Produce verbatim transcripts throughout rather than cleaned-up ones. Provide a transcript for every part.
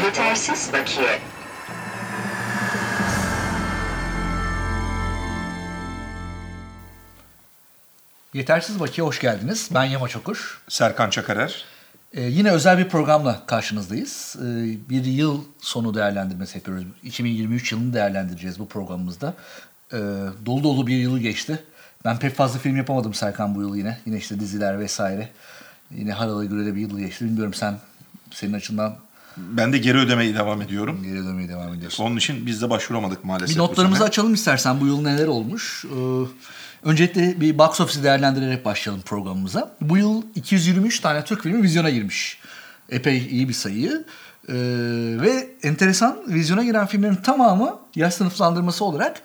Yetersiz bakiye. Yetersiz Bakiye hoş geldiniz. Ben Yama Çokur. Serkan Çakarer. Ee, yine özel bir programla karşınızdayız. Ee, bir yıl sonu değerlendirmesi yapıyoruz. iki bin yirmi üç yılını değerlendireceğiz bu programımızda. Ee, dolu dolu bir yılı geçti. Ben pek fazla film yapamadım Serkan bu yıl yine. Yine işte diziler vesaire. Yine haralı gürele bir yıl geçti. Bilmiyorum sen, senin açından... Ben de geri ödemeye devam ediyorum. Geri ödemeye devam ediyorsun. Onun için biz de başvuramadık maalesef. Bir notlarımızı açalım istersen, bu yıl neler olmuş. Ee, öncelikle bir box office'i değerlendirerek başlayalım programımıza. Bu yıl iki yüz yirmi üç tane Türk filmi vizyona girmiş. Epey iyi bir sayı. Ee, ve enteresan, vizyona giren filmlerin tamamı yaş sınıflandırması olarak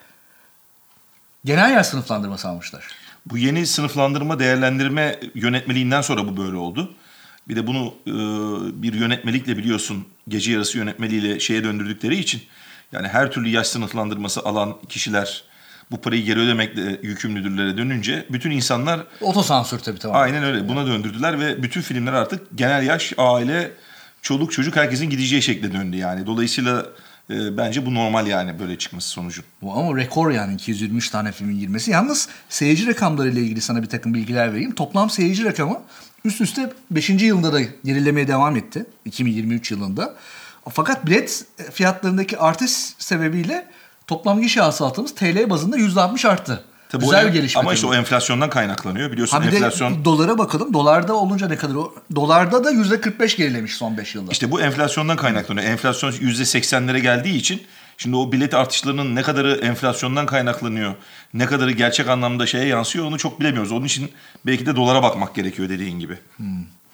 genel yaş sınıflandırması almışlar. Bu yeni sınıflandırma değerlendirme yönetmeliğinden sonra bu böyle oldu. Bir de bunu e, bir yönetmelikle biliyorsun, gece yarısı yönetmeliğiyle şeye döndürdükleri için, yani her türlü yaş sınıflandırması alan kişiler bu parayı geri ödemekle yükümlüdürlere dönünce bütün insanlar... Otosansür tabii tamam. Aynen öyle, buna döndürdüler ve bütün filmler artık genel yaş, aile, çoluk çocuk herkesin gideceği şekle döndü yani. Dolayısıyla e, bence bu normal yani, böyle çıkması sonucu. Bu ama rekor yani, iki yüz yirmi üç tane filmin girmesi. Yalnız seyirci rakamlarıyla ilgili sana bir takım bilgiler vereyim. Toplam seyirci rakamı üst üste beşinci yılında da gerilemeye devam etti. iki bin yirmi üç yılında. Fakat bilet fiyatlarındaki artış sebebiyle toplam gişe hasılatımız T L bazında yüzde altmış arttı. Tabii güzel o, bir gelişme. Ama tabii. işte o enflasyondan kaynaklanıyor. Biliyorsun ha, bir enflasyon... de dolara bakalım. Dolarda olunca ne kadar o? Dolarda da yüzde kırk beş gerilemiş son beş yılda. İşte bu enflasyondan kaynaklanıyor. Enflasyon yüzde seksenlere geldiği için şimdi o bilet artışlarının ne kadarı enflasyondan kaynaklanıyor, ne kadarı gerçek anlamda şeye yansıyor onu çok bilemiyoruz. Onun için belki de dolara bakmak gerekiyor dediğin gibi. Hmm.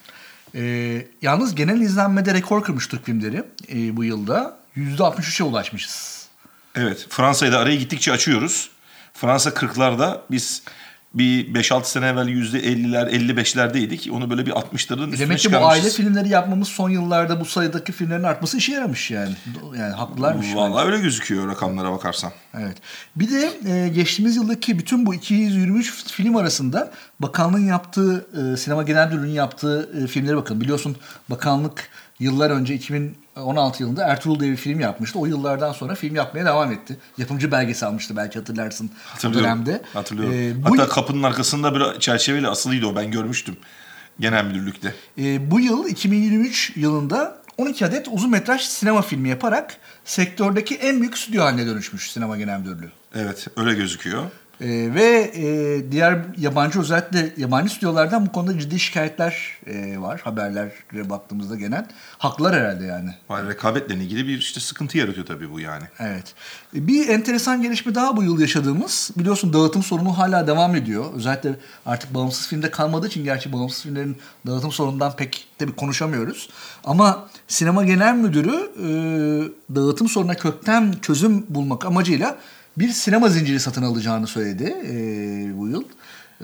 Ee, yalnız genel izlenmede rekor kırmış Türk filmleri ee, bu yılda. yüzde altmış üçe ulaşmışız. Evet, Fransa'yı da araya gittikçe açıyoruz. Fransa kırklarda, biz bir beş altı sene evvel yüzde elliler elli beşlerdeydik. Onu böyle bir altmışların üstüne Demek ki çıkarmışız. bu aile filmleri yapmamız son yıllarda bu sayıdaki filmlerin artması işe yaramış yani. Yani haklılarmış. Vallahi öyle gözüküyor rakamlara bakarsan. Evet. Bir de e, geçtiğimiz yıldaki bütün bu iki yüz yirmi üç film arasında bakanlığın yaptığı, e, sinema genel müdürlüğünün yaptığı e, filmlere bakın. Biliyorsun bakanlık yıllar önce iki bin on altı yılında Ertuğrul diye bir film yapmıştı. O yıllardan sonra film yapmaya devam etti. Yapımcı belgesi almıştı, belki hatırlarsın o dönemde. Hatırlıyorum. Ee, bu Hatta yıl, kapının arkasında bir çerçeveyle asılıydı o, ben görmüştüm genel müdürlükte. E, bu yıl iki bin yirmi üç yılında on iki adet uzun metraj sinema filmi yaparak sektördeki en büyük stüdyo haline dönüşmüş sinema genel müdürlüğü. Evet, öyle gözüküyor. Ee, ve e, diğer yabancı, özellikle yabancı stüdyolardan bu konuda ciddi şikayetler e, var. Haberlere baktığımızda genel. Haklılar herhalde yani. Var, rekabetle ilgili bir işte sıkıntı yaratıyor tabii bu yani. Evet. Bir enteresan gelişme daha bu yıl yaşadığımız. Biliyorsun dağıtım sorunu hala devam ediyor. Özellikle artık bağımsız filmde kalmadığı için, gerçi bağımsız filmlerin dağıtım sorunundan pek tabii konuşamıyoruz. Ama sinema genel müdürü e, dağıtım sorununa kökten çözüm bulmak amacıyla bir sinema zinciri satın alacağını söyledi e, bu yıl. E,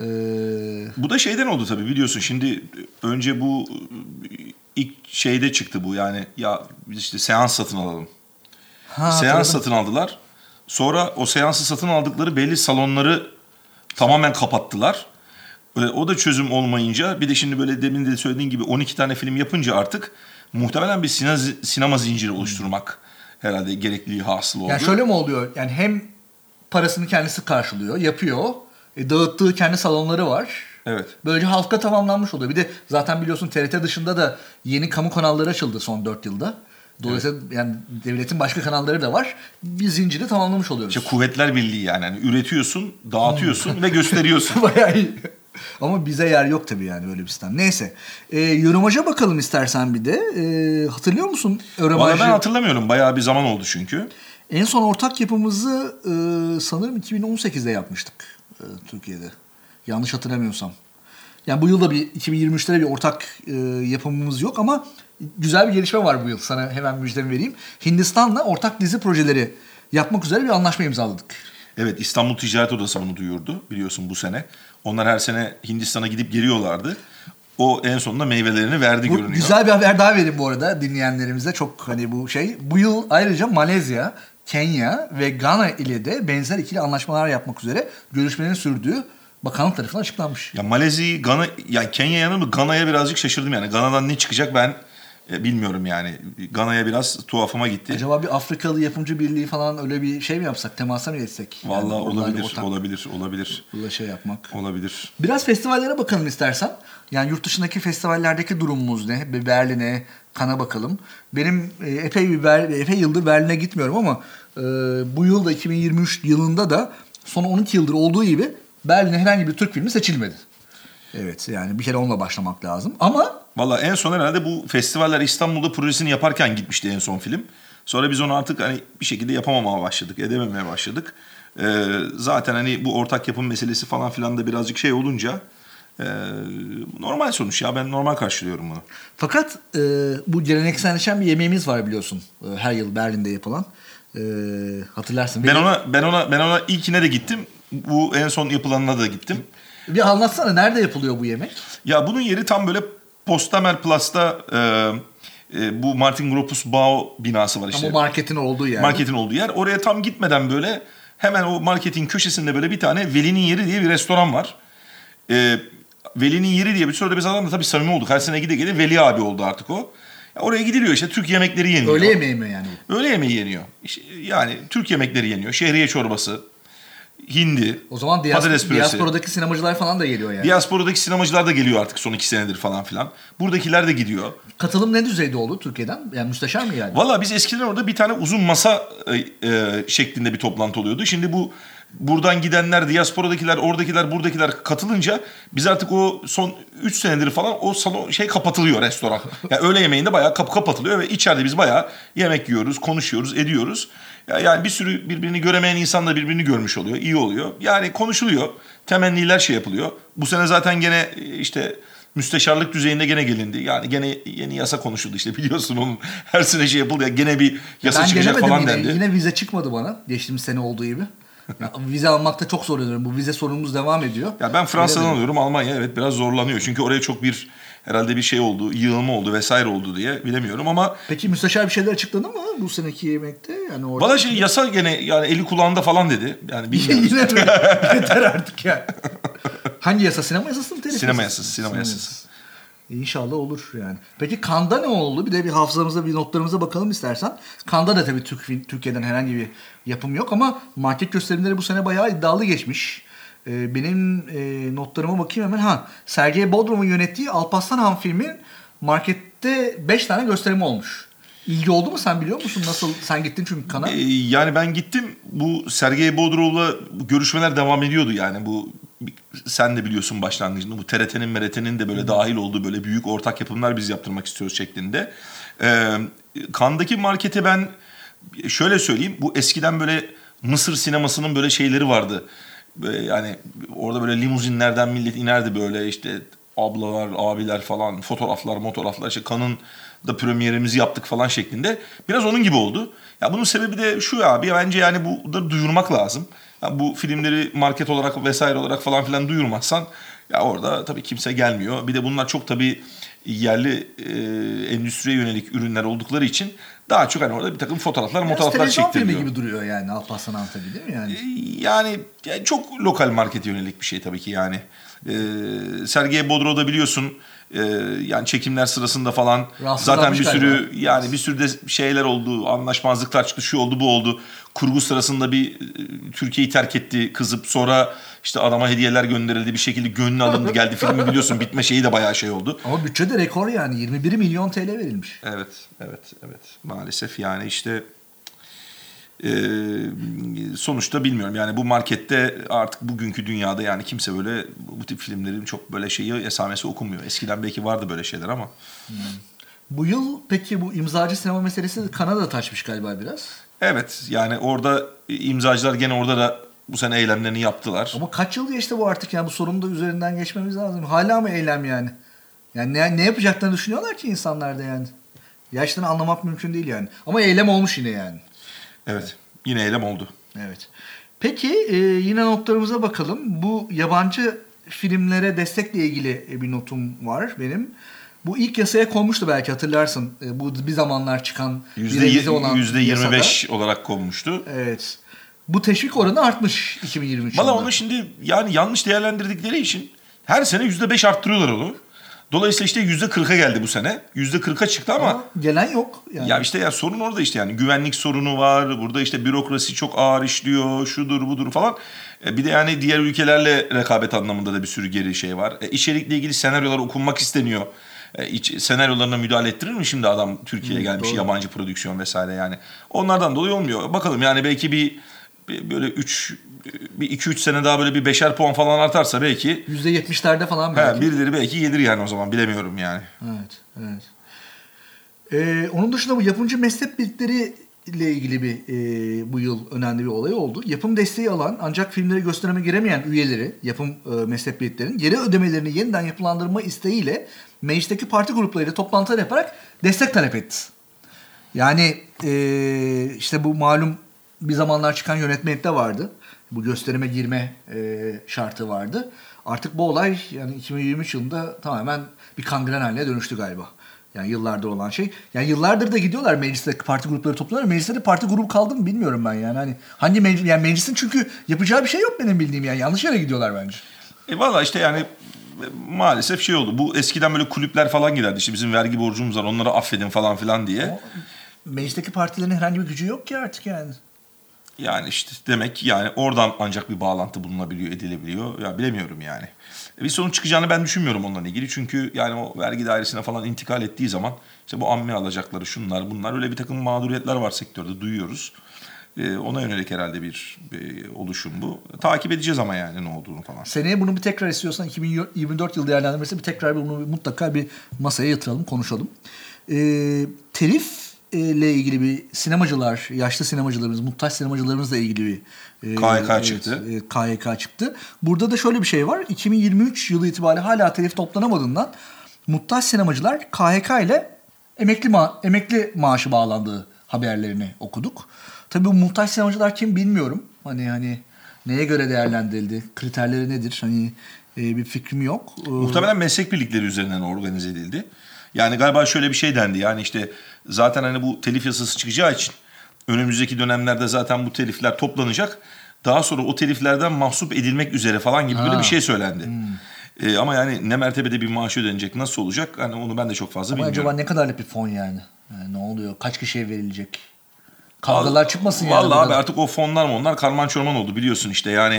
bu da şeyden oldu tabii, biliyorsun. Şimdi önce bu ilk şeyde çıktı bu, yani ya biz işte seans satın alalım. ha, Seans hatırladım. satın aldılar. Sonra o seansı satın aldıkları belli salonları tamamen kapattılar. O da çözüm olmayınca, bir de şimdi böyle demin de söylediğin gibi on iki tane film yapınca artık muhtemelen bir sinema, sinema zinciri oluşturmak herhalde gerekliliği hasıl oldu. Yani şöyle mi oluyor? Yani hem parasını kendisi karşılıyor, yapıyor. E, dağıttığı kendi salonları var. Evet. Böylece halka tamamlanmış oluyor. Bir de zaten biliyorsun T R T dışında da yeni kamu kanalları açıldı son dört yılda. Dolayısıyla evet, yani devletin başka kanalları da var. Bir zinciri tamamlamış oluyoruz. İşte Kuvvetler Birliği yani. yani üretiyorsun, dağıtıyorsun ve gösteriyorsun. Bayağı iyi. Ama bize yer yok tabii yani öyle bir sistem. Neyse. E, Euromage'a bakalım istersen bir de. E, hatırlıyor musun Euromage'ı? Valla ben hatırlamıyorum. Bayağı bir zaman oldu çünkü. En son ortak yapımızı e, sanırım iki bin on sekizde yapmıştık e, Türkiye'de. Yanlış hatırlamıyorsam. Yani bu yılda bir iki bin yirmi üçte bir ortak e, yapımımız yok ama güzel bir gelişme var bu yıl. Sana hemen müjdemi vereyim. Hindistan'la ortak dizi projeleri yapmak üzere bir anlaşma imzaladık. Evet, İstanbul Ticaret Odası bunu duyurdu biliyorsun bu sene. Onlar her sene Hindistan'a gidip geliyorlardı. O en sonunda meyvelerini verdi bu, görünüyor. Güzel bir haber daha vereyim bu arada dinleyenlerimize. Çok hani bu şey. Bu yıl ayrıca Malezya, Kenya ve Gana ile de benzer ikili anlaşmalar yapmak üzere görüşmelerin sürdüğü bakanlık tarafından açıklanmış. Ya Malezya, Gana, ya Kenya'ya mı Gana'ya birazcık şaşırdım yani. Gana'dan ne çıkacak ben E, bilmiyorum yani. Gana'ya biraz tuhafıma gitti. Acaba bir Afrikalı yapımcı birliği falan öyle bir şey mi yapsak? Temasa mı geçsek? Vallahi yani olabilir, ortak, olabilir, olabilir. Burada şey yapmak. Olabilir. Biraz festivallere bakalım istersen. Yani yurt dışındaki festivallerdeki durumumuz ne? Bir Berlin'e, Cannes'a bakalım. Benim e, epey bir Ber- epey yıldır Berlin'e gitmiyorum ama e, bu yıl da iki bin yirmi üç yılında da son on iki yıldır olduğu gibi Berlin'e herhangi bir Türk filmi seçilmedi. Evet, yani bir kere onunla başlamak lazım. Ama Valla en son herhalde bu festivaller İstanbul'da projesini yaparken gitmişti en son film. Sonra biz onu artık hani bir şekilde yapamamaya başladık, edememeye başladık. Ee, zaten hani bu ortak yapım meselesi falan filan da birazcık şey olunca e, normal sonuç ya, ben normal karşılıyorum bunu. fakat e, bu gelenekselleşen bir yemeğimiz var biliyorsun. E, her yıl Berlin'de yapılan. E, hatırlarsın. Ben Benim- ona ben ona ben ona ilkine de gittim. Bu en son yapılanına da gittim. Bir anlatsana, nerede yapılıyor bu yemek? Ya bunun yeri tam böyle Postamer Plus'ta e, e, bu Martin Gropius Bau binası var işte. Ama marketin olduğu yer. Marketin olduğu yer. Oraya tam gitmeden böyle hemen o marketin köşesinde böyle bir tane Veli'nin Yeri diye bir restoran var. Ee, Veli'nin Yeri diye bir sürede biz adamla tabii samimi olduk. Her sene gide gide Veli abi oldu artık o. Ya oraya gidiliyor işte, Türk yemekleri yeniyor. Öğle yemeği mi yani? Öğle yemeği yeniyor. İşte yani Türk yemekleri yeniyor. Şehriye çorbası, hindi, O zaman diyas- patates püresi. diasporadaki sinemacılar falan da geliyor yani. Diasporadaki sinemacılar da geliyor artık son iki senedir falan filan. Buradakiler de gidiyor. Katılım ne düzeyde oldu Türkiye'den? Yani müsteşar mı yani? Valla biz eskiden orada bir tane uzun masa e, e, şeklinde bir toplantı oluyordu. Şimdi bu buradan gidenler, diasporadakiler, oradakiler, buradakiler katılınca biz artık o son üç senedir falan o salon şey kapatılıyor, restoran. Yani öğle yemeğinde bayağı kapı kapatılıyor ve içeride biz bayağı yemek yiyoruz, konuşuyoruz, ediyoruz. Ya yani bir sürü birbirini göremeyen insan da birbirini görmüş oluyor, iyi oluyor. Yani konuşuluyor, temenniler şey yapılıyor. Bu sene zaten gene işte müsteşarlık düzeyinde gene gelindi. Yani gene yeni yasa konuşuldu işte, biliyorsun onun her sene şey yapıldı ya, gene bir yasa ben çıkacak gelemedim falan yine. dendi. Yine vize çıkmadı bana. Geçtiğimiz sene olduğu gibi. Ya, vize almakta çok zorlanıyorum. Bu vize sorunumuz devam ediyor. Ya ben Fransa'dan Gelemedim. alıyorum, Almanya evet biraz zorlanıyor. Çünkü oraya çok bir herhalde bir şey oldu, yığılma oldu vesaire oldu diye bilemiyorum ama Peki müsteşar bir şeyler açıkladı mı bu seneki yemekte? Yani orada... valla şey yasa gene yani eli kulağında falan dedi. Yani bilmiyoruz. Yine mi? Yeter artık ya. Hangi yasa? Sinema yasası mı? Telif Sinema yasası? yasası, sinema yasası. İnşallah olur yani. Peki Cannes'da ne oldu? Bir de bir hafızamıza, bir notlarımıza bakalım istersen. Cannes'da da tabii Türk, Türkiye'den herhangi bir yapım yok ama market gösterimleri bu sene bayağı iddialı geçmiş. Ee, benim e, notlarıma bakayım hemen. Ha, Sergey Bodrum'un yönettiği Alparslan Han filmi markette beş tane gösterimi olmuş. İlgi oldu mu, sen biliyor musun? Nasıl? Sen gittin çünkü Cannes'a. Ee, yani ben gittim, bu Sergey Bodrov'la görüşmeler devam ediyordu yani bu, sen de biliyorsun başlangıcında bu T R T'nin M R T'nin de böyle hmm. dahil olduğu böyle büyük ortak yapımlar biz yaptırmak istiyoruz şeklinde. Ee, Cannes'daki markete ben şöyle söyleyeyim, bu eskiden böyle Mısır sinemasının böyle şeyleri vardı. Böyle yani orada böyle limuzinlerden millet inerdi böyle işte ablalar, abiler falan, fotoğraflar, motoraflar, işte Cannes'ın da premierimizi yaptık falan şeklinde. Biraz onun gibi oldu. Ya bunun sebebi de şu ya abi, bence yani bu da duyurmak lazım. Ya bu filmleri market olarak vesaire olarak falan filan duyurmazsan ya orada tabii kimse gelmiyor. Bir de bunlar çok tabii yerli e, endüstriye yönelik ürünler oldukları için daha çok hani orada bir takım fotoğraflar, Biraz fotoğraflar televizyon çektiriliyor. filmi gibi duruyor yani Alparslan Han tabii, değil mi yani? E, yani, yani çok lokal markete yönelik bir şey tabii ki yani. E, Sergey Bodrov'da biliyorsun e, yani çekimler sırasında falan zaten bir sürü galiba. Yani bir sürü de şeyler oldu, anlaşmazlıklar çıktı, şu oldu bu oldu. Kurgu sırasında bir e, Türkiye'yi terk etti, kızıp sonra işte adama hediyeler gönderildi, bir şekilde gönlü alındı geldi, filmi biliyorsun bitme şeyi de bayağı şey oldu. Ama bütçe de rekor yani, yirmi bir milyon T L verilmiş. Evet, evet, evet. Maalesef yani işte e, sonuçta bilmiyorum yani bu markette artık bugünkü dünyada yani kimse böyle bu tip filmlerin çok böyle şeyi esamesi okunmuyor. Eskiden belki vardı böyle şeyler ama. Hmm. Bu yıl peki bu imzacı sinema meselesi Kanada'da taşmış galiba biraz. Evet yani orada imzacılar gene orada da bu sene eylemlerini yaptılar. Ama kaç yıl geçti bu artık yani, bu sorunun da üzerinden geçmemiz lazım. Hala mı eylem yani? Yani ne, ne yapacaklarını düşünüyorlar ki insanlar da yani. Gerçekten anlamak mümkün değil yani. Ama eylem olmuş yine yani. Evet, yine eylem oldu. Evet. Peki e, yine notlarımıza bakalım. Bu yabancı filmlere destekle ilgili bir notum var benim. Bu ilk yasaya konmuştu, belki hatırlarsın. E, bu bir zamanlar çıkan yüzde yirmi beş yasada olarak konmuştu. Evet. Bu teşvik oranı artmış iki bin yirmi üç Valla yılında. onu şimdi yani yanlış değerlendirdikleri için her sene yüzde beş arttırıyorlar onu. Dolayısıyla işte yüzde kırka geldi bu sene. yüzde kırka çıktı ama, Ama gelen yok. Yani. Ya işte ya sorun orada işte yani güvenlik sorunu var. Burada işte bürokrasi çok ağır işliyor. Şudur budur falan. E bir de yani diğer ülkelerle rekabet anlamında da bir sürü geri şey var. E içerikle ilgili senaryolar okunmak isteniyor. E iç, senaryolarına müdahale ettirir mi şimdi adam Türkiye'ye gelmiş, doğru. Yabancı prodüksiyon vesaire yani. Onlardan dolayı olmuyor. Bakalım yani belki bir, bir böyle üç bir iki üç sene daha böyle bir beşer puan falan artarsa belki yüzde yetmişlerde falan belki. He, birileri belki gelir yani o zaman, bilemiyorum yani. Evet, evet. Ee, onun dışında bu yapımcı meslek birlikleri ile ilgili bir e, bu yıl önemli bir olay oldu. Yapım desteği alan ancak filmleri gösterime giremeyen üyeleri, yapım e, meslek birliklerinin geri ödemelerini yeniden yapılandırma isteğiyle meclisteki parti gruplarıyla toplantılar yaparak destek talep etti. Yani e, işte bu malum bir zamanlar çıkan yönetmelikte vardı. Bu gösterime girme e, şartı vardı. Artık bu olay yani iki bin yirmi üç yılında tamamen bir kangren haline dönüştü galiba. Yani yıllardır olan şey. Yani yıllardır da gidiyorlar mecliste parti grupları topluyorlar. Mecliste de parti grubu kaldı mı bilmiyorum ben yani. Hani hangi meclis, yani meclisin çünkü yapacağı bir şey yok benim bildiğim yani. Yanlış yere gidiyorlar bence. E valla işte yani maalesef şey oldu. Bu eskiden böyle kulüpler falan giderdi. İşte bizim vergi borcumuz var, onları affedin falan filan diye. O, meclisteki partilerin herhangi bir gücü yok ki artık yani. Yani işte demek yani oradan ancak bir bağlantı bulunabiliyor, edilebiliyor. Ya bilemiyorum yani. Bir sonuç çıkacağını ben düşünmüyorum onunla ilgili. Çünkü yani o vergi dairesine falan intikal ettiği zaman işte bu amme alacakları şunlar bunlar öyle bir takım mağduriyetler var sektörde, duyuyoruz. Ee, ona yönelik herhalde bir, bir oluşum bu. Takip edeceğiz ama yani ne olduğunu falan. Seneye bunu bir tekrar istiyorsan iki bin yirmi dört yıl değerlendirmesi bir tekrar bunu bir, mutlaka bir masaya yatıralım, konuşalım. Ee, telif ile ilgili bir sinemacılar, yaşlı sinemacılarımız, muhtaç sinemacılarımızla ilgili bir e, K Y K evet, çıktı. E, K Y K çıktı. Burada da şöyle bir şey var. iki bin yirmi üç yılı itibariyle hala telif toplanamadığından muhtaç sinemacılar K Y K ile emekli ma- emekli maaşı bağlandığı haberlerini okuduk. Tabii bu muhtaç sinemacılar kim bilmiyorum. Hani hani neye göre değerlendirildi? Kriterleri nedir? Hani e, bir fikrim yok. Muhtemelen meslek birlikleri üzerinden organize edildi. Yani galiba şöyle bir şey dendi. Yani işte zaten hani bu telif yasası çıkacağı için önümüzdeki dönemlerde zaten bu telifler toplanacak. Daha sonra o teliflerden mahsup edilmek üzere falan gibi ha. böyle bir şey söylendi. Hmm. Ee, ama yani ne mertebede bir maaş ödenecek, nasıl olacak? Hani onu ben de çok fazla ama bilmiyorum. Ama acaba ne kadarlık bir fon yani? Yani ne oluyor? Kaç kişiye verilecek? Kavgalar çıkmasın vallahi yani. Vallahi abi artık o fonlar mı onlar karman çorman oldu biliyorsun işte yani.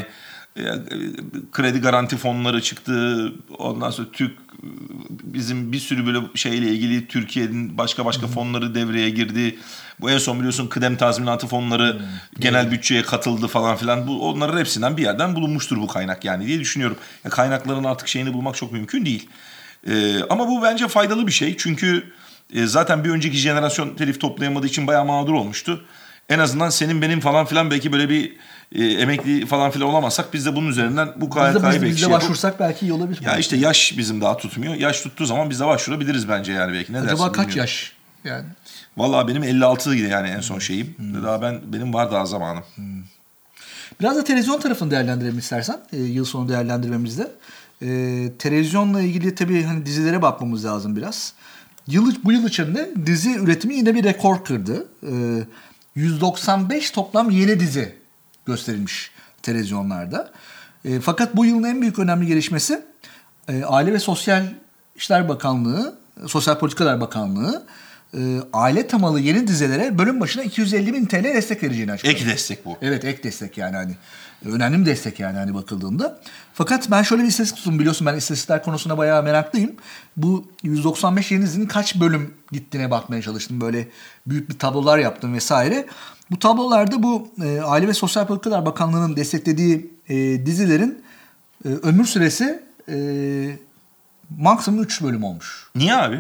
Kredi garanti fonları çıktı. Ondan sonra Türk bizim bir sürü böyle şeyle ilgili Türkiye'nin başka başka hmm. fonları devreye girdi. Bu en son biliyorsun kıdem tazminatı fonları hmm. genel hmm. bütçeye katıldı falan filan. Bu onların hepsinden bir yerden bulunmuştur bu kaynak yani diye düşünüyorum. Ya kaynakların artık şeyini bulmak çok mümkün değil. Ee, ama bu bence faydalı bir şey. Çünkü e, zaten bir önceki jenerasyon telif toplayamadığı için bayağı mağdur olmuştu. En azından senin benim falan filan belki böyle bir e, emekli falan filan olamazsak biz de bunun üzerinden bu K Y K'yı belki biz de başvursak belki iyi olabilir. Ya işte yaş bizim daha tutmuyor. Yaş tuttuğu zaman biz de başvurabiliriz bence yani belki. Ne acaba dersin? Acaba kaç bilmiyorum. Yaş yani? Vallahi benim elli altıydı yani en son şeyim. Hmm. Daha ben benim var daha zamanım. Hmm. Biraz da televizyon tarafını değerlendirelim istersen. E, yıl sonu değerlendirmemizde. E, televizyonla ilgili tabii hani dizilere bakmamız lazım biraz. Yıl, bu yıl içinde dizi üretimi yine bir rekor kırdı. E, yüz doksan beş toplam yeni dizi gösterilmiş televizyonlarda. E, fakat bu yılın en büyük önemli gelişmesi e, Aile ve Sosyal İşler Bakanlığı, Sosyal Politikalar Bakanlığı e, aile temalı yeni dizilere bölüm başına iki yüz elli bin T L destek vereceğini açıkladı. Ek destek bu. Evet, ek destek yani hani önemli bir destek yani hani bakıldığında. Fakat ben şöyle bir istatistik tuttum, biliyorsun ben istatistikler konusuna bayağı meraklıyım. Bu yüz doksan beş yeni dizinin kaç bölüm gittiğine bakmaya çalıştım. Böyle büyük bir tablolar yaptım vesaire. Bu tablolarda bu e, Aile ve Sosyal Politikalar Bakanlığı'nın desteklediği e, dizilerin e, ömür süresi e, maksimum üç bölüm olmuş. Niye abi?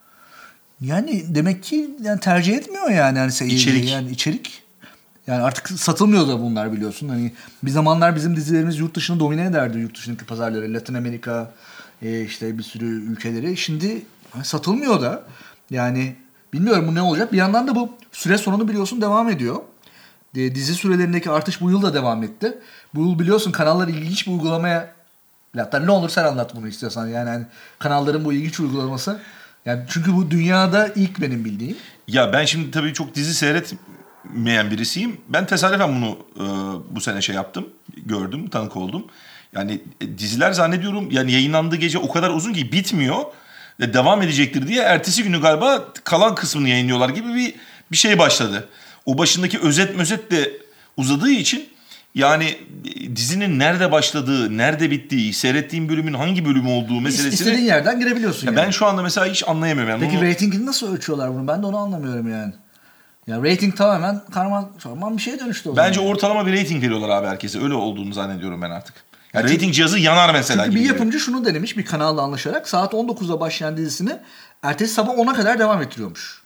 Yani demek ki yani tercih etmiyor yani. yani içerik. Yani içerik. Yani artık satılmıyor da bunlar biliyorsun. Hani bir zamanlar bizim dizilerimiz yurt dışını domine ederdi. Yurt dışındaki pazarları. Latin Amerika, e, işte bir sürü ülkeleri. Şimdi satılmıyor da. Yani bilmiyorum bu ne olacak. Bir yandan da bu süre sorunu biliyorsun devam ediyor. E, dizi sürelerindeki artış bu yıl da devam etti. Bu yıl biliyorsun kanallar ilginç bir uygulamaya... Hatta ne olur sen anlat bunu istiyorsan. Yani hani kanalların bu ilginç uygulaması. Yani çünkü bu dünyada ilk benim bildiğim. Ya ben şimdi tabii çok dizi seyretmeyen birisiyim. Ben tesadüfen bunu e, bu sene şey yaptım. Gördüm, tanık oldum. Yani e, diziler zannediyorum yani yayınlandığı gece o kadar uzun ki bitmiyor. ve devam edecektir diye ertesi günü galiba kalan kısmını yayınlıyorlar gibi bir bir şey başladı. O başındaki özet mözet de uzadığı için yani dizinin nerede başladığı, nerede bittiği, seyrettiğim bölümün hangi bölümü olduğu meselesini... İstediğin yerden girebiliyorsun ya yani. Ben şu anda mesela hiç anlayamıyorum. Yani Peki onu... ratingini nasıl ölçüyorlar bunu? Ben de onu anlamıyorum yani. Ya rating tamamen karman çorman bir şeye dönüştü o zaman. Bence ortalama bir rating veriyorlar abi herkese. Öyle olduğunu zannediyorum ben artık. Yani çünkü, rating cihazı yanar mesela. Çünkü gibi bir yapımcı gibi. şunu denemiş bir kanalla anlaşarak saat on dokuzda başlayan dizisini ertesi sabah ona kadar devam ettiriyormuş.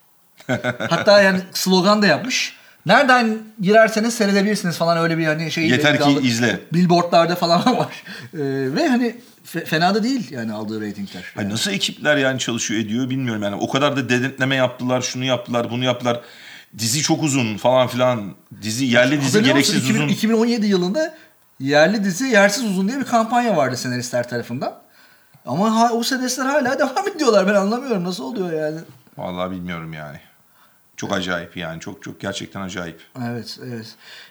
Hatta yani slogan da yapmış. Nereden girerseniz seyredebilirsiniz falan öyle bir hani şey. Yeter ki aldı. izle. Billboardlarda falan var. Ee, ve hani fe, fena da değil yani aldığı reytingler. Yani. Yani. Nasıl ekipler yani çalışıyor ediyor bilmiyorum yani. O kadar da denetleme yaptılar, şunu yaptılar, bunu yaptılar. Dizi çok uzun falan filan. Dizi yerli dizi gereksiz iki bin, uzun. iki bin on yedi yılında yerli dizi yersiz uzun diye bir kampanya vardı senaristler tarafından. Ama ha, o senaristler hala devam ediyorlar. Ben anlamıyorum nasıl oluyor yani. Vallahi bilmiyorum yani. Çok acayip yani. Çok çok gerçekten acayip. Evet, evet.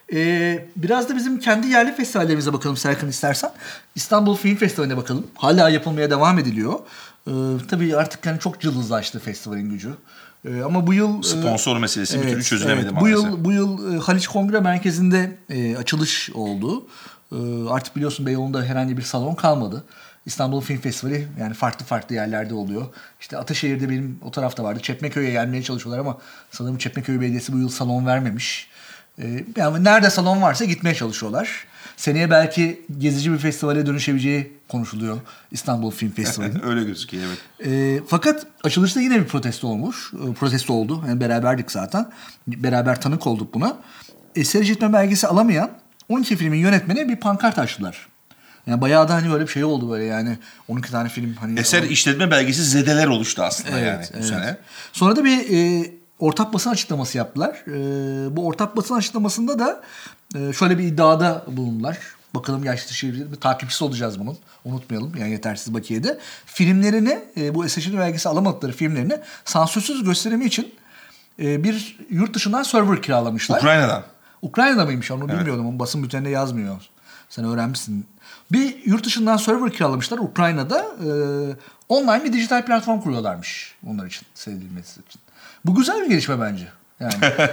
Ee, biraz da bizim kendi yerli festivallerimize bakalım Serkan istersen. İstanbul Film Festivali'ne bakalım. Hala yapılmaya devam ediliyor. Ee, tabii artık yani çok cılızlaştı festivalin gücü. Ee, ama bu yıl... Sponsor e, meselesi evet, bir türlü çözülemedi evet. maalesef. Bu yıl, bu yıl e, Haliç Kongre Merkezi'nde e, açılış oldu. E, artık biliyorsun Beyoğlu'nda herhangi bir salon kalmadı. İstanbul Film Festivali yani farklı farklı yerlerde oluyor. İşte Ataşehir'de benim o tarafta vardı. Çekmeköy'e gelmeye çalışıyorlar ama sanırım Çekmeköy Belediyesi bu yıl salon vermemiş. Ee, yani nerede salon varsa gitmeye çalışıyorlar. Seneye belki gezici bir festivale dönüşebileceği konuşuluyor İstanbul Film Festivali. Öyle gözüküyor evet. E, fakat açılışta yine bir protesto olmuş. E, protesto oldu. Yani beraberdik zaten. Beraber tanık olduk buna. Eser işletme belgesi alamayan on iki filmin yönetmeni bir pankart açtılar. Yani bayağı da hani böyle bir şey oldu böyle yani on iki tane film hani eser alalım. işletme belgesi zedeler oluştu aslında Evet, yani bu evet. sene. Sonra da bir e, ortak basın açıklaması yaptılar. E, bu ortak basın açıklamasında da e, şöyle bir iddiada bulundular. Bakalım gerçekleşebilir mi? Takipçisi olacağız bunun. Unutmayalım yani yetersiz bakiyede. Filmlerini e, bu eser işletme belgesi alamadıkları filmlerini sansürsüz gösterimi için e, bir yurt dışından server kiralamışlar. Ukrayna'dan. Ukrayna'da mıymış onu Evet. bilmiyordum. Onun basın bülteninde yazmıyor. Sen öğrenmişsin. Bir yurt dışından server kiralamışlar Ukrayna'da. E, online bir dijital platform kuruyorlarmış onlar için, seyredilmesi için. Bu güzel bir gelişme bence. Yani.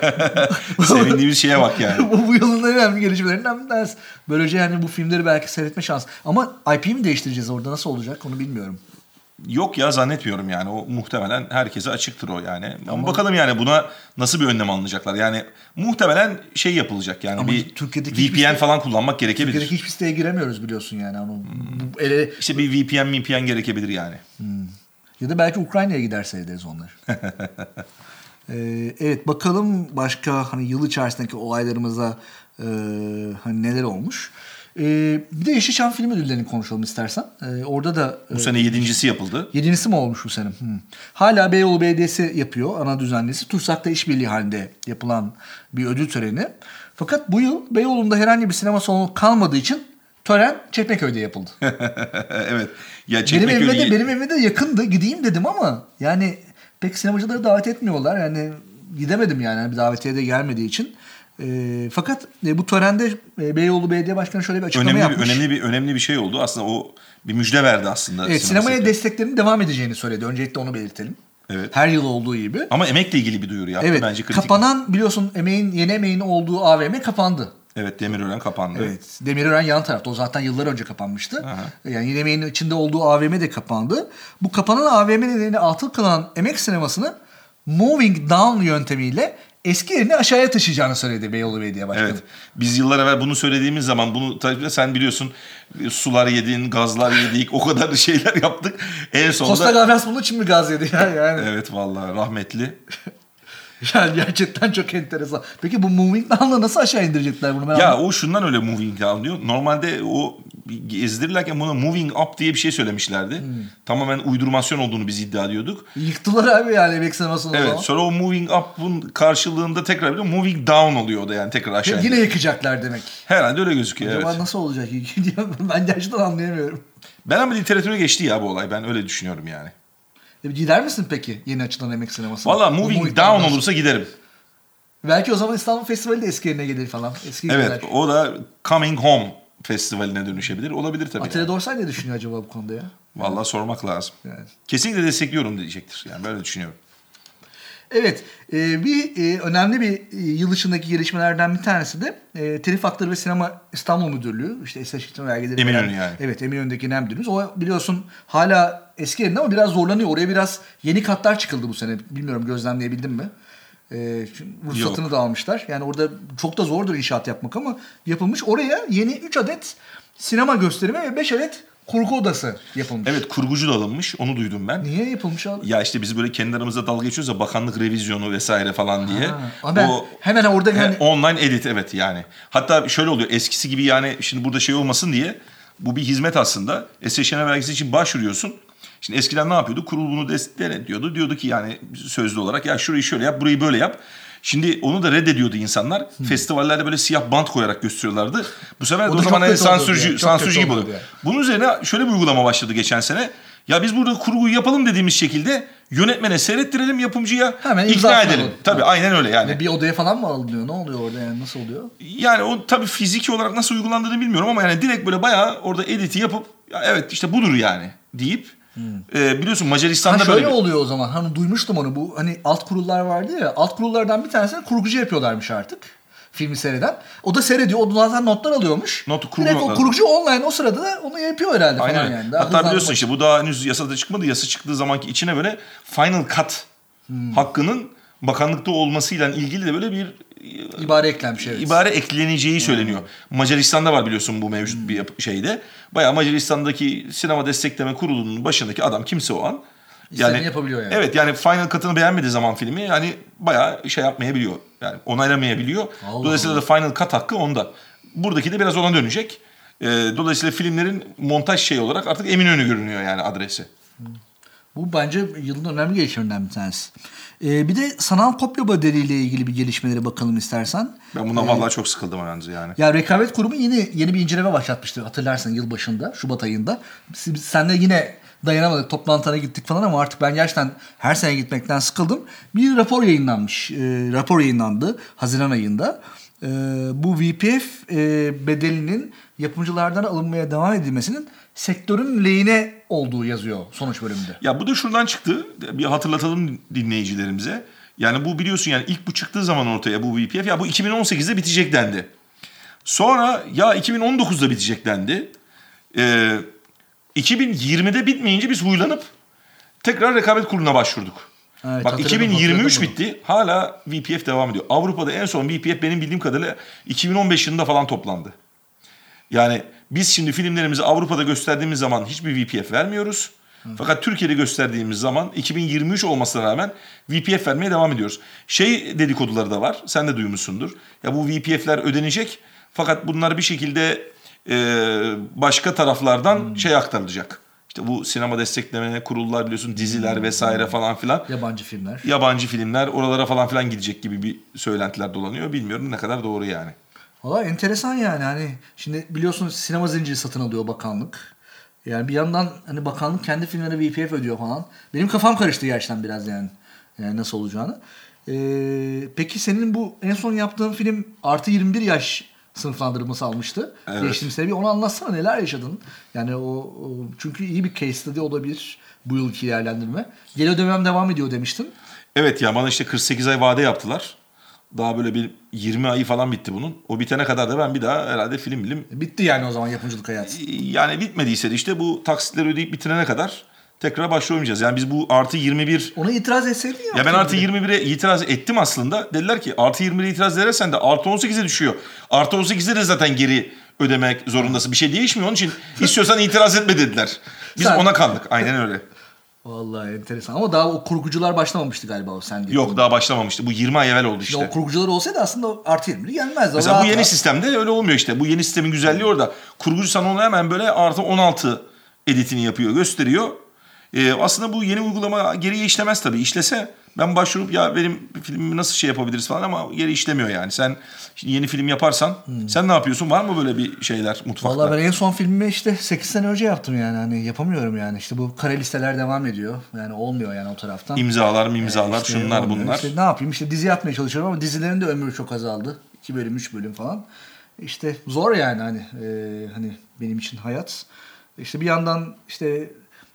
Sevindiğimiz şeye bak yani. bu, bu yılın en önemli gelişmelerinden bir tanesi. Böylece yani bu filmleri belki seyretme şansı. Ama I P mi değiştireceğiz orada nasıl olacak onu bilmiyorum. Yok ya zannetmiyorum yani. O muhtemelen herkese açıktır o yani. Ama, Ama bakalım yani buna nasıl bir önlem alınacaklar. Yani muhtemelen şey yapılacak yani. Ama bir Türkiye'deki V P N hiçbir- falan kullanmak gerekebilir. Türkiye'deki hiçbir siteye giremiyoruz biliyorsun yani. Ama bu ele, İşte bir V P N, V P N gerekebilir yani. ya da belki Ukrayna'ya gider seyrederiz onları. Ee, evet bakalım başka hani yıl içerisindeki olaylarımıza e, hani neler olmuş. Ee, bir de Yeşilçam Film Ödülleri'ni konuşalım istersen. Ee, orada da Bu sene yedincisi yapıldı. yedincisi mi olmuş bu sene? Hmm. Hala Beyoğlu Belediyesi yapıyor ana düzenlisi. TURSAK'ta işbirliği halinde yapılan bir ödül töreni. Fakat bu yıl Beyoğlu'nda herhangi bir sinema salonu kalmadığı için tören Çekmeköy'de yapıldı. Evet. Ya Benim Çekmeköy'de evime de benim evime de yakındı. Gideyim dedim ama yani pek sinemacıları davet etmiyorlar. Yani gidemedim yani, yani bir davetiye de gelmediği için. E, fakat e, bu törende e, Beyoğlu Belediye Başkanı şöyle bir açıklama önemli yapmış. bir, önemli bir önemli bir şey oldu. Aslında o bir müjde verdi aslında. Evet, sinema sinemaya sektörü. desteklerinin devam edeceğini söyledi. Öncelikle onu belirtelim. Evet. Her yıl olduğu gibi. Ama emekle ilgili bir duyuru yaptı Evet. bence kritik. Kapanan biliyorsun emeğin yeni emeğin olduğu A V M kapandı. Evet, Demirören kapandı. Evet. Demirören yan tarafta. O zaten yıllar önce kapanmıştı. Aha. Yani yeni emeğin içinde olduğu A V M de kapandı. Bu kapanan A V M nedeniyle atıl kalan emek sinemasını moving down yöntemiyle eski yerine aşağıya taşıyacağını söyledi Beyoğlu Belediye Başkanı. Evet. Biz yıllar evvel bunu söylediğimiz zaman bunu tabii sen biliyorsun sular yedin, gazlar yedik, o kadar şeyler yaptık. En sonunda Costa Gavras bunun için mi gaz yedi ya yani? evet vallahi rahmetli. Yani gerçekten çok enteresan. Peki bu moving down'la nasıl aşağı indirecekler bunu? Ben Ya anlamadım. o şundan öyle moving down diyor. Normalde o gezdirirlerken buna moving up diye bir şey söylemişlerdi. Hmm. Tamamen uydurmasyon olduğunu biz iddia ediyorduk. Yıktılar abi yani emek sinemasını o Evet, zaman. sonra o moving up'un karşılığında tekrar bir moving down oluyor o da yani tekrar aşağı. Yine yıkacaklar demek. Herhalde öyle gözüküyor. Acaba Evet. nasıl olacak? Ben gerçekten anlayamıyorum. Ben ama literatüre geçti ya bu olay. Ben öyle düşünüyorum yani. E, Gider misin peki yeni açılan emek sinemasına? Valla Bu moving moving down down'dan olursa giderim. Belki o zaman İstanbul Festivali de eski yerine gelir falan. Eski Evet, gider. o da Coming Home Festivali'ne dönüşebilir. Olabilir tabii. Atilla yani. Dorsay ne düşünüyor acaba bu konuda ya? Vallahi sormak lazım. Yani. Kesinlikle destekliyorum diyecektir. Yani böyle düşünüyorum. Evet, e, bir e, önemli bir e, yıl dışındaki gelişmelerden bir tanesi de e, Telif Hakları ve Sinema İstanbul Müdürlüğü, işte eşleştirme vergileri. Eminönü veren- yani. Evet, Eminönü'ndeki genel müdürümüz. O biliyorsun hala eski yerinde ama biraz zorlanıyor. Oraya biraz yeni katlar çıkıldı bu sene. Bilmiyorum, gözlemleyebildin mi? E, çünkü ruhsatını Yok. da almışlar. Yani orada çok da zordur inşaat yapmak ama yapılmış. Oraya yeni üç adet sinema gösterimi ve beş adet kurgu odası yapılmış. Evet, kurgucu da alınmış. Onu duydum ben. Niye yapılmış abi? Ya işte biz böyle kendi aramızda dalga geçiyoruz ya, bakanlık revizyonu vesaire falan diye. Ha, ama ben hemen orada he, yani... online edit, evet yani. Hatta şöyle oluyor, eskisi gibi yani şimdi burada şey olmasın diye, bu bir hizmet aslında. Eşleştirme vergisi için başvuruyorsun. Şimdi eskiden ne yapıyordu? Kurul bunu denetliyordu. Diyordu ki yani sözlü olarak ya şurayı şöyle yap, burayı böyle yap. Şimdi onu da reddediyordu insanlar. Hmm. Festivallerde böyle siyah bant koyarak gösteriyorlardı. Bu sefer O de da o zaman çok hani kötü olurdu sansürcü, yani. Çok sansürcü kötü gibi olurdu oluyor. yani. Bunun üzerine şöyle bir uygulama başladı geçen sene. Ya biz burada kurguyu yapalım dediğimiz şekilde yönetmene seyrettirelim, yapımcıya hemen ikna imzasını edelim. alalım. Tabii, Evet. aynen öyle yani. Ve bir odaya falan mı alınıyor? Ne oluyor orada yani? Nasıl oluyor? Yani o tabii fiziki olarak nasıl uygulandığını bilmiyorum ama yani direkt böyle bayağı orada editi yapıp ya evet işte budur yani deyip hmm. e, biliyorsun Macaristan'da ha, şöyle böyle bir... oluyor o zaman. Hani duymuştum onu. Bu hani alt kurullar vardı ya. Alt kurullardan bir tanesini kurgucu yapıyorlarmış artık. Filmi seyreden. O da seyrediyor. O da zaten notlar alıyormuş. Not, kurgu Direkt notları. o kurgucu online o sırada da onu yapıyor herhalde Aynen. falan yani. Daha Hatta biliyorsun hızlandırmak. işte bu daha henüz yasada çıkmadı. Yasa çıktığı zamanki içine böyle Final Cut hmm. hakkının bakanlıkta olmasıyla ilgili de böyle bir ibare eklenmiş. Evet. İbare ekleneceği söyleniyor. Hmm. Macaristan'da var biliyorsun bu mevcut hmm. bir şeyde. Bayağı Macaristan'daki sinema destekleme kurulunun başındaki adam kimse o an. Yani yapabiliyor yani. Evet yani Final Cut'ını beğenmediği zaman filmi yani bayağı şey yapmayabiliyor. Yani onaylamayabiliyor. Allah Dolayısıyla Allah. da Final Cut hakkı onda. Buradaki de biraz ona dönecek. Ee, dolayısıyla filmlerin montaj şeyi olarak artık Eminönü görünüyor yani adresi. Bu bence yılın önemli gelişmelerinden bir tanesi. Ee, bir de sanal kopya bedeliyle ilgili bir gelişmelere bakalım istersen. Ben bundan ee, vallahi çok sıkıldım yalnız yani. Ya Rekabet Kurumu yeni yeni bir inceleme başlatmıştı hatırlarsın yıl başında, Şubat ayında. Biz, biz seninle yine dayanamadık, toplantılara gittik falan ama artık ben gerçekten her sene gitmekten sıkıldım. Bir rapor yayınlanmış. E, rapor yayınlandı Haziran ayında. E, bu V P F e, bedelinin yapımcılardan alınmaya devam edilmesinin sektörün lehine olduğu yazıyor sonuç bölümünde. Ya bu da şuradan çıktı. Bir hatırlatalım dinleyicilerimize. Yani bu biliyorsun yani ilk bu çıktığı zaman ortaya bu V P F ya bu iki bin on sekizde bitecek dendi. Sonra ya iki bin on dokuzda bitecek dendi. Ee, iki bin yirmide bitmeyince biz huylanıp tekrar rekabet kuruluna başvurduk. Evet, bak iki bin yirmi üç bitti. Hala V P F devam ediyor. Avrupa'da en son V P F benim bildiğim kadarıyla iki bin on beş yılında falan toplandı. Yani biz şimdi filmlerimizi Avrupa'da gösterdiğimiz zaman hiçbir V P F vermiyoruz. Hı. Fakat Türkiye'de gösterdiğimiz zaman iki bin yirmi üç olmasına rağmen V P F vermeye devam ediyoruz. Şey dedikoduları da var. Sen de duymuşsundur. Ya bu V P F'ler ödenecek. Fakat bunlar bir şekilde e, başka taraflardan hmm. şey aktarılacak. İşte bu sinema destekleme kurullar biliyorsun, diziler hmm. vesaire falan filan. Yabancı filmler. Yabancı filmler oralara falan filan gidecek gibi bir söylentiler dolanıyor. Bilmiyorum ne kadar doğru yani. Valla enteresan yani. Hani şimdi biliyorsunuz sinema zinciri satın alıyor bakanlık. Yani bir yandan hani bakanlık kendi filmlerine V P F ödüyor falan. Benim kafam karıştı gerçekten biraz yani. Yani nasıl olacağını. Ee, peki senin bu en son yaptığın film artı yirmi bir yaş sınıflandırılması almıştı. Evet. Geçtiğimiz sene bir onu anlatsana, neler yaşadın? Yani o, o çünkü iyi bir case study olabilir bu yılki değerlendirme. Geri ödemem devam ediyor demiştin. Evet ya bana işte kırk sekiz ay vade yaptılar. Daha böyle bir yirmi ayı falan bitti bunun. O bitene kadar da ben bir daha herhalde film bilim... Bitti yani o zaman yapımcılık hayatı. Yani bitmediyse de işte bu taksitleri ödeyip bitirene kadar tekrar başvuramayacağız. Yani biz bu artı yirmi bir... Ona itiraz etseydin ya. Ya ben artı yirmi bire itiraz ettim aslında. Dediler ki artı yirmi bire itiraz edersen de artı on sekize düşüyor. Artı on sekizde de zaten geri ödemek zorundasın. Bir şey değişmiyor. Onun için istiyorsan itiraz etme dediler. Biz Sen... ona kaldık. Aynen öyle. Vallahi enteresan. Ama daha o kurgucular başlamamıştı galiba o sen diye. Yok daha başlamamıştı. Bu yirmi ay evvel oldu işte. Şimdi o kurgucular olsaydı aslında artı yirmi gelmezdi. Mesela rahat bu yeni rahat. Sistemde öyle olmuyor işte. Bu yeni sistemin güzelliği orada. Kurgucu sana onu hemen böyle artı on altı editini yapıyor, gösteriyor. Ee, aslında bu yeni uygulama geriye işlemez tabii. İşlese ben başvurup ya benim filmimi nasıl şey yapabiliriz falan ama geri işlemiyor yani. Sen yeni film yaparsan hmm. sen ne yapıyorsun? Var mı böyle bir şeyler mutfakta? Vallahi ben en son filmimi işte sekiz sene önce yaptım yani. Hani yapamıyorum yani. İşte bu kare listeler devam ediyor. Yani olmuyor yani o taraftan. İmzalar mı imzalar ee, işte şunlar olmuyor. bunlar. İşte ne yapayım? İşte dizi yapmaya çalışıyorum ama dizilerin de ömrü çok azaldı. iki bölüm, üç bölüm falan. İşte zor yani hani e, hani benim için hayat. İşte bir yandan işte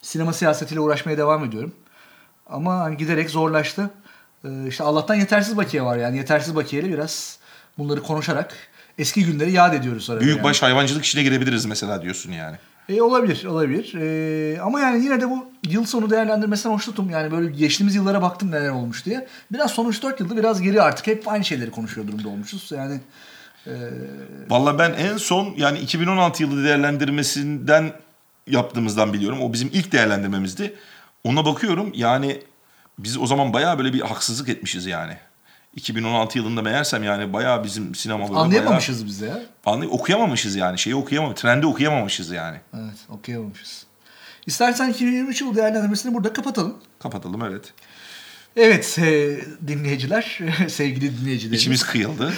sinema siyasetiyle uğraşmaya devam ediyorum. Ama hani giderek zorlaştı. Ee, işte Allah'tan yetersiz bakiye var yani. Yetersiz bakiyeyle biraz bunları konuşarak eski günleri yad ediyoruz. Büyükbaş yani. hayvancılık işine girebiliriz mesela diyorsun yani. E, olabilir, olabilir. E, ama yani yine de bu yıl sonu değerlendirmesinden hoşnutum. Yani böyle geçtiğimiz yıllara baktım neler olmuş diye. Biraz son üç dört yılda biraz geri artık hep aynı şeyleri konuşuyor durumda olmuşuz. Yani e... Vallahi ben en son yani iki bin on altı yılı değerlendirmesinden yaptığımızdan biliyorum. O bizim ilk değerlendirmemizdi. Ona bakıyorum yani biz o zaman bayağı böyle bir haksızlık etmişiz yani. iki bin on altı yılında meğersem yani bayağı bizim sinema böyle anlayamamışız bayağı, biz de ya. Anlay okuyamamışız yani. Şeyi okuyamamışız. Trendi okuyamamışız yani. Evet, okuyamamışız. İstersen iki bin yirmi üç yılı değerlendirmesini burada kapatalım. Kapatalım evet. Evet e, dinleyiciler, sevgili dinleyicilerimiz. İçimiz kıyıldı.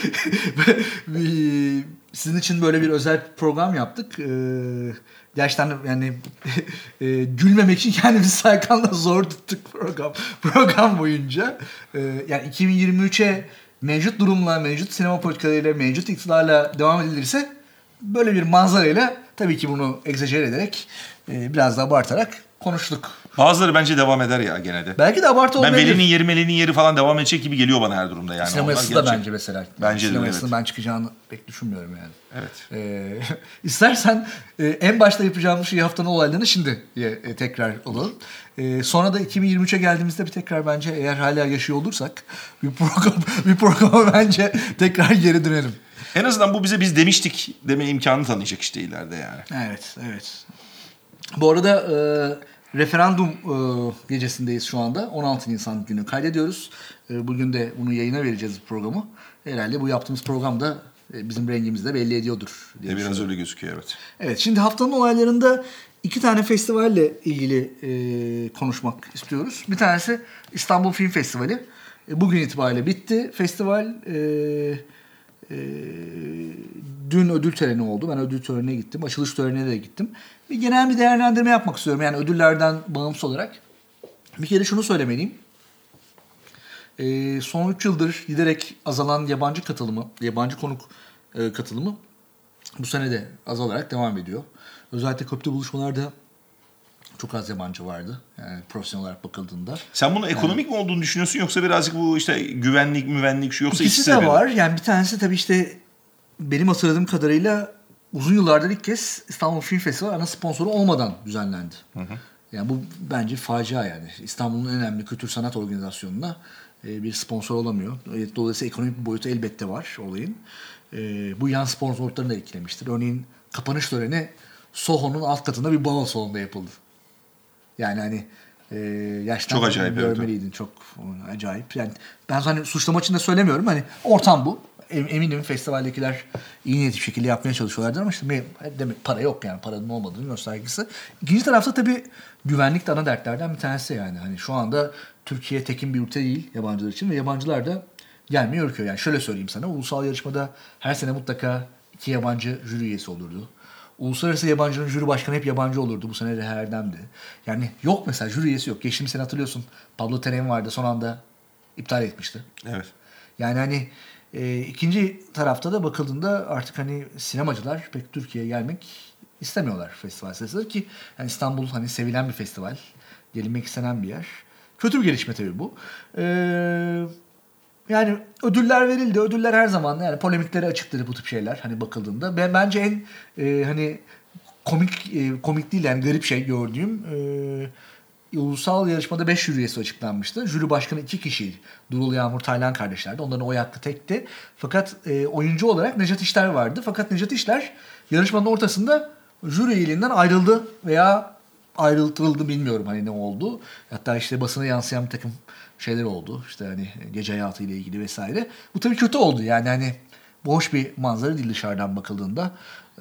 Sizin için böyle bir özel program yaptık. Ee, gerçekten yani e, gülmemek için kendimizi Saykan'la zor tuttuk program program boyunca. Ee, yani iki bin yirmi üçe mevcut durumla, mevcut sinema politikalarıyla, mevcut iktidarla devam edilirse böyle bir manzarayla tabii ki bunu egzajer ederek e, biraz da abartarak konuştuk. Bazıları bence devam eder ya gene de. Belki de abartı olmayabilir. Ben Veli'nin yeri Meli'nin yeri falan devam edecek gibi geliyor bana her durumda yani. Sinema yasası da bence mesela. Bence Sinema de yasasının evet. ben çıkacağını pek düşünmüyorum yani. Evet. Ee, istersen e, en başta yapacağımız şey haftanın olaylarını şimdi e, tekrar olalım. E, sonra da iki bin yirmi üçe geldiğimizde bir tekrar bence eğer hala yaşıyor olursak bir program bir programa bence tekrar geri dönelim. En azından bu bize biz demiştik deme imkanı tanıyacak işte ileride yani. Evet, evet. Bu arada e, referandum e, gecesindeyiz şu anda. on altı Nisan günü kaydediyoruz. E, bugün de bunu yayına vereceğiz programı. Herhalde bu yaptığımız program da e, bizim rengimizi de belli ediyordur diye E biraz öyle gözüküyor evet. Evet, şimdi haftanın olaylarında iki tane festivalle ilgili e, konuşmak istiyoruz. Bir tanesi İstanbul Film Festivali. E, bugün itibariyle bitti. Festival e, e, dün ödül töreni oldu. Ben ödül törenine gittim. Açılış törenine de gittim. Bir genel bir değerlendirme yapmak istiyorum. Yani ödüllerden bağımsız olarak. Bir kere şunu söylemeliyim. E, son üç yıldır giderek azalan yabancı katılımı, yabancı konuk e, katılımı bu sene de azalarak devam ediyor. Özellikle köprü buluşmalarda çok az yabancı vardı. Yani profesyonel olarak bakıldığında. Sen bunun ekonomik yani, mi olduğunu düşünüyorsun yoksa birazcık bu işte güvenlik, müvenlik şu yoksa ikisi de var. Yani bir tanesi tabii işte benim hatırladığım kadarıyla uzun yıllardır ilk kez İstanbul Film Festivali ana sponsoru olmadan düzenlendi. Hı hı. Yani bu bence facia yani. İstanbul'un en önemli kültür sanat organizasyonuna bir sponsor olamıyor. Dolayısıyla ekonomik bir boyutu elbette var olayın. Bu yan sponsorluklarını da etkilemiştir. Örneğin kapanış töreni Soho'nun alt katında bir balo salonunda yapıldı. Yani hani e, yaştan çok acayip görmeliydin. Evet. Çok acayip. Yani ben hani suçlama için de söylemiyorum. Hani ortam bu. Eminim festivaldekiler iyi niyetli bir şekilde yapmaya çalışıyorlardır ama işte demek para yok yani. Paranın olmadığını göstergesi. İkinci tarafta tabii güvenlik de ana dertlerden bir tanesi yani. Hani şu anda Türkiye tekin bir ülke değil yabancılar için ve yabancılar da gelmeyi ürküyor. Yani şöyle söyleyeyim sana. Ulusal yarışmada her sene mutlaka iki yabancı jüri üyesi olurdu. Uluslararası yabancının jüri başkanı hep yabancı olurdu. Bu sene Reha Erdem'di. Yani yok mesela jüri üyesi yok. Geçtiğimiz sene hatırlıyorsun. Pablo Terem vardı. Son anda iptal etmişti. Evet. Yani hani e, ikinci tarafta da bakıldığında artık hani sinemacılar pek Türkiye'ye gelmek istemiyorlar festival sırasında ki yani İstanbul hani sevilen bir festival. Gelinmek istenen bir yer. Kötü bir gelişme tabii bu. Eee Yani ödüller verildi. Ödüller her zaman yani polemiklere açıktır bu tip şeyler hani bakıldığında. Ben bence en e, hani komik e, komik değil yani garip şey gördüğüm e, ulusal yarışmada beş jüri üyesi açıklanmıştı. Jüri başkanı iki kişiydi. Durul Yağmur Taylan kardeşlerdi. Onların oy hakkı tekti. Fakat e, oyuncu olarak Nejat İşler vardı. Fakat Nejat İşler yarışmanın ortasında jüri üyeliğinden ayrıldı veya ayrıltıldı bilmiyorum hani ne oldu. Hatta işte basına yansıyan bir takım şeyler oldu. İşte hani gece hayatıyla ilgili vesaire. Bu tabii kötü oldu. Yani hani bu hoş bir manzara değil dışarıdan bakıldığında. Ee,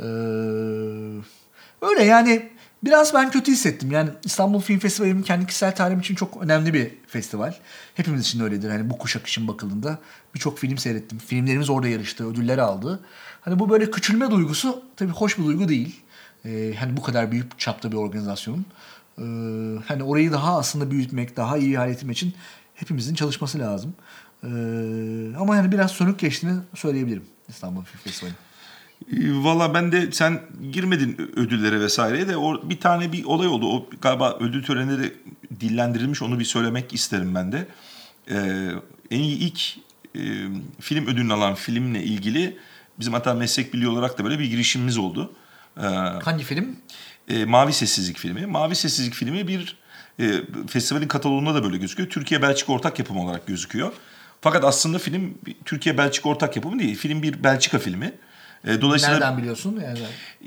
öyle yani biraz ben kötü hissettim. Yani İstanbul Film Festivali benim kendi kişisel tarihim için çok önemli bir festival. Hepimiz için öyledir. Hani bu kuşak için bakıldığında birçok film seyrettim. Filmlerimiz orada yarıştı, ödüller aldı. Hani bu böyle küçülme duygusu tabii hoş bir duygu değil. Ee, hani bu kadar büyük çapta bir organizasyonun. Ee, hani orayı daha aslında büyütmek, daha iyi hale getirmek için hepimizin çalışması lazım. Ee, ama yani biraz sönük geçtiğini söyleyebilirim İstanbul Film Festivali. Valla ben de sen girmedin ödüllere vesaireye de o bir tane bir olay oldu. O galiba ödül töreninde de dillendirilmiş, onu bir söylemek isterim ben de. Ee, en iyi ilk e, film ödülünü alan filmle ilgili bizim hatta meslek birliği olarak da böyle bir girişimimiz oldu. Ee, Hangi film? E, Mavi Sessizlik filmi. Mavi Sessizlik filmi bir e, festivalin kataloğunda da böyle gözüküyor. Türkiye-Belçika ortak yapımı olarak gözüküyor. Fakat aslında film Türkiye-Belçika ortak yapımı değil. Film bir Belçika filmi. E, dolayısıyla Nereden biliyorsun? Yani,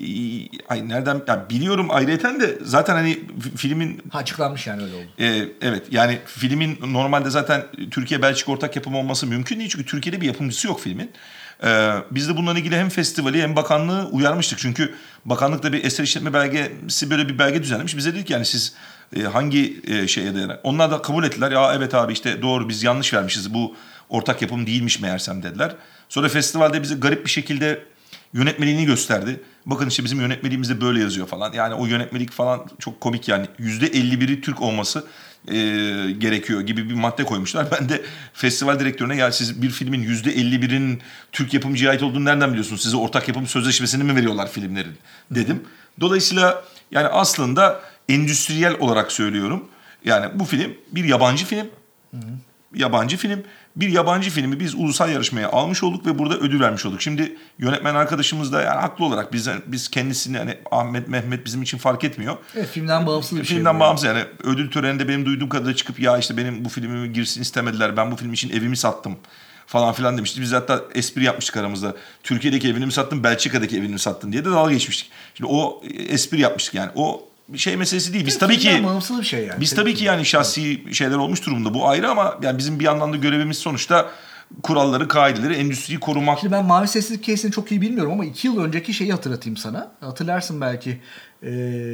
e, ay nereden yani biliyorum ayrıyeten de zaten hani filmin ha, açıklanmış yani öyle oldu. e, evet yani filmin normalde zaten Türkiye-Belçika ortak yapımı olması mümkün değil çünkü Türkiye'de bir yapımcısı yok filmin. Ee, biz de bununla ilgili hem festivali hem bakanlığı uyarmıştık. Çünkü bakanlıkta bir eser işletme belgesi böyle bir belge düzenlemiş. Bize dedik yani siz e, hangi e, şeye dayanarak. Onlar da kabul ettiler. Ya evet abi işte doğru biz yanlış vermişiz. Bu ortak yapım değilmiş meğersem dediler. Sonra festivalde bize garip bir şekilde yönetmeliğini gösterdi. Bakın işte bizim yönetmeliğimizde böyle yazıyor falan. Yani o yönetmelik falan çok komik yani. yüzde elli biri Türk olması e, gerekiyor gibi bir madde koymuşlar. Ben de festival direktörüne ya siz bir filmin yüzde elli birinin Türk yapımcıya ait olduğunu nereden biliyorsunuz? Size ortak yapım sözleşmesini mi veriyorlar filmlerin dedim. Dolayısıyla yani aslında endüstriyel olarak söylüyorum. Yani bu film bir yabancı film. Hı hı. Yabancı film. Bir yabancı filmi biz ulusal yarışmaya almış olduk ve burada ödül vermiş olduk. Şimdi yönetmen arkadaşımız da yani haklı olarak biz biz kendisini hani Ahmet Mehmet bizim için fark etmiyor. Evet, filmden bağımsız bir şey. Filmden bağımsız yani ödül töreninde benim duyduğum kadarıyla çıkıp ya işte benim bu filmimi girsin istemediler. Ben bu film için evimi sattım falan filan demişti. Biz hatta espri yapmıştık aramızda. Türkiye'deki evini mi sattın, Belçika'daki evini mi sattın diye de dalga geçmiştik. Şimdi o espri yapmıştık yani. O bir şey meselesi değil. Biz evet, tabii ki bağımsız bir şey yani. Biz tabii ki yani şahsi şeyler olmuş durumda. Bu ayrı ama yani bizim bir yandan da görevimiz sonuçta kuralları, kaideleri, endüstriyi korumak. Şimdi ben Mavi Sessizlik case'ini çok iyi bilmiyorum ama iki yıl önceki şeyi hatırlatayım sana. Hatırlarsın belki e,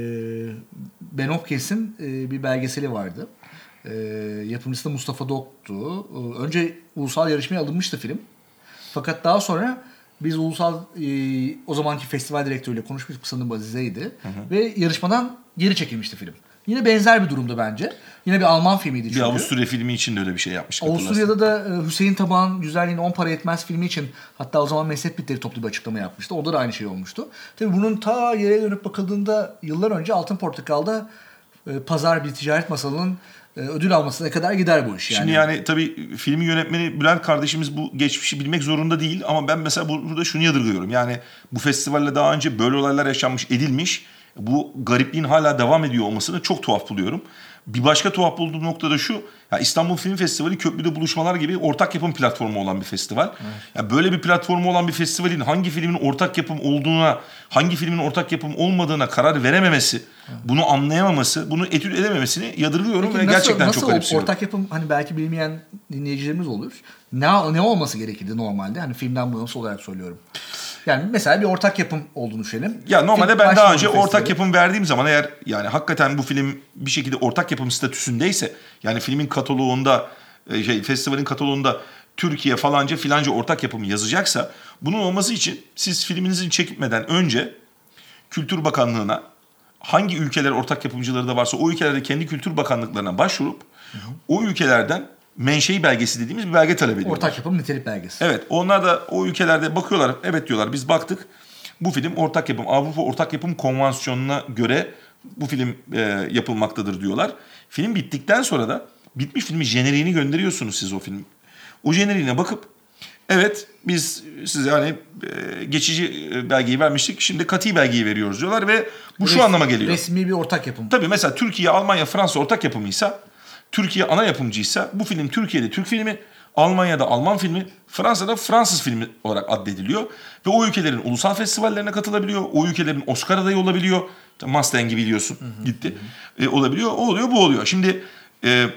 Ben Hopkins'in e, bir belgeseli vardı. E, yapımcısı da Mustafa Dok'tu. E, önce ulusal yarışmaya alınmıştı film. Fakat daha sonra biz ulusal e, o zamanki festival direktörüyle konuşmuştuk, sanırım Azize'ydi. Hı hı. Ve yarışmadan geri çekilmişti film. Yine benzer bir durumda bence. Yine bir Alman filmiydi çünkü. Bir Avusturya filmi için de öyle bir şey yapmış. Avusturya'da da Hüseyin Tabak'ın Güzelliğin on para etmez filmi için hatta o zaman Mezhep Bitleri toplu bir açıklama yapmıştı. Onda da aynı şey olmuştu. Tabii bunun ta yere dönüp bakıldığında yıllar önce Altın Portakal'da e, pazar bir ticaret masalının e, ödül almasına kadar gider bu iş. Yani. Şimdi yani tabii filmin yönetmeni Bülent kardeşimiz bu geçmişi bilmek zorunda değil ama ben mesela burada şunu yadırgıyorum. Yani bu festivalle daha önce böyle olaylar yaşanmış, edilmiş. Bu garipliğin hala devam ediyor olmasını çok tuhaf buluyorum. Bir başka tuhaf bulduğum nokta da şu. Ya İstanbul Film Festivali köprüde buluşmalar gibi ortak yapım platformu olan bir festival. Evet. Ya böyle bir platformu olan bir festivalin hangi filmin ortak yapım olduğuna, hangi filmin ortak yapım olmadığına karar verememesi, evet. bunu anlayamaması, bunu etüt edememesini yadırgıyorum. Peki ve nasıl, gerçekten nasıl çok garipsiyorum. Ortak yapım hani belki bilmeyen dinleyicilerimiz olur. Ne ne olması gerekirdi normalde? Hani filmden bağımsız olarak söylüyorum. Yani mesela bir ortak yapım olduğunu düşünelim. Ya normalde film, ben daha önce ortak festivali. yapım verdiğim zaman eğer yani hakikaten bu film bir şekilde ortak yapım statüsündeyse yani filmin kataloğunda şey festivalin kataloğunda Türkiye falanca filanca ortak yapımı yazacaksa bunun olması için siz filminizin çekilmeden önce Kültür Bakanlığı'na hangi ülkeler ortak yapımcıları da varsa o ülkelerde kendi kültür bakanlıklarına başvurup hı hı. o ülkelerden menşei belgesi dediğimiz bir belge talep ediyorlar. Ortak yapım nitelik belgesi. Evet. Onlar da o ülkelerde bakıyorlar. Evet diyorlar biz baktık. Bu film ortak yapım. Avrupa Ortak Yapım Konvansiyonu'na göre bu film e, yapılmaktadır diyorlar. Film bittikten sonra da bitmiş filmin jeneriğini gönderiyorsunuz siz o film. O jeneriğine bakıp evet biz size hani e, geçici belgeyi vermiştik. Şimdi kati belgeyi veriyoruz diyorlar ve bu Res, şu anlama geliyor. Resmi bir ortak yapım. Tabii mesela Türkiye, Almanya, Fransa ortak yapımıysa Türkiye ana yapımcıysa bu film Türkiye'de Türk filmi, Almanya'da Alman filmi, Fransa'da Fransız filmi olarak addediliyor. Ve o ülkelerin ulusal festivallerine katılabiliyor. O ülkelerin Oscar adayı olabiliyor. Mustang'i biliyorsun hı hı, gitti. Hı. E, olabiliyor, o oluyor, bu oluyor. Şimdi e,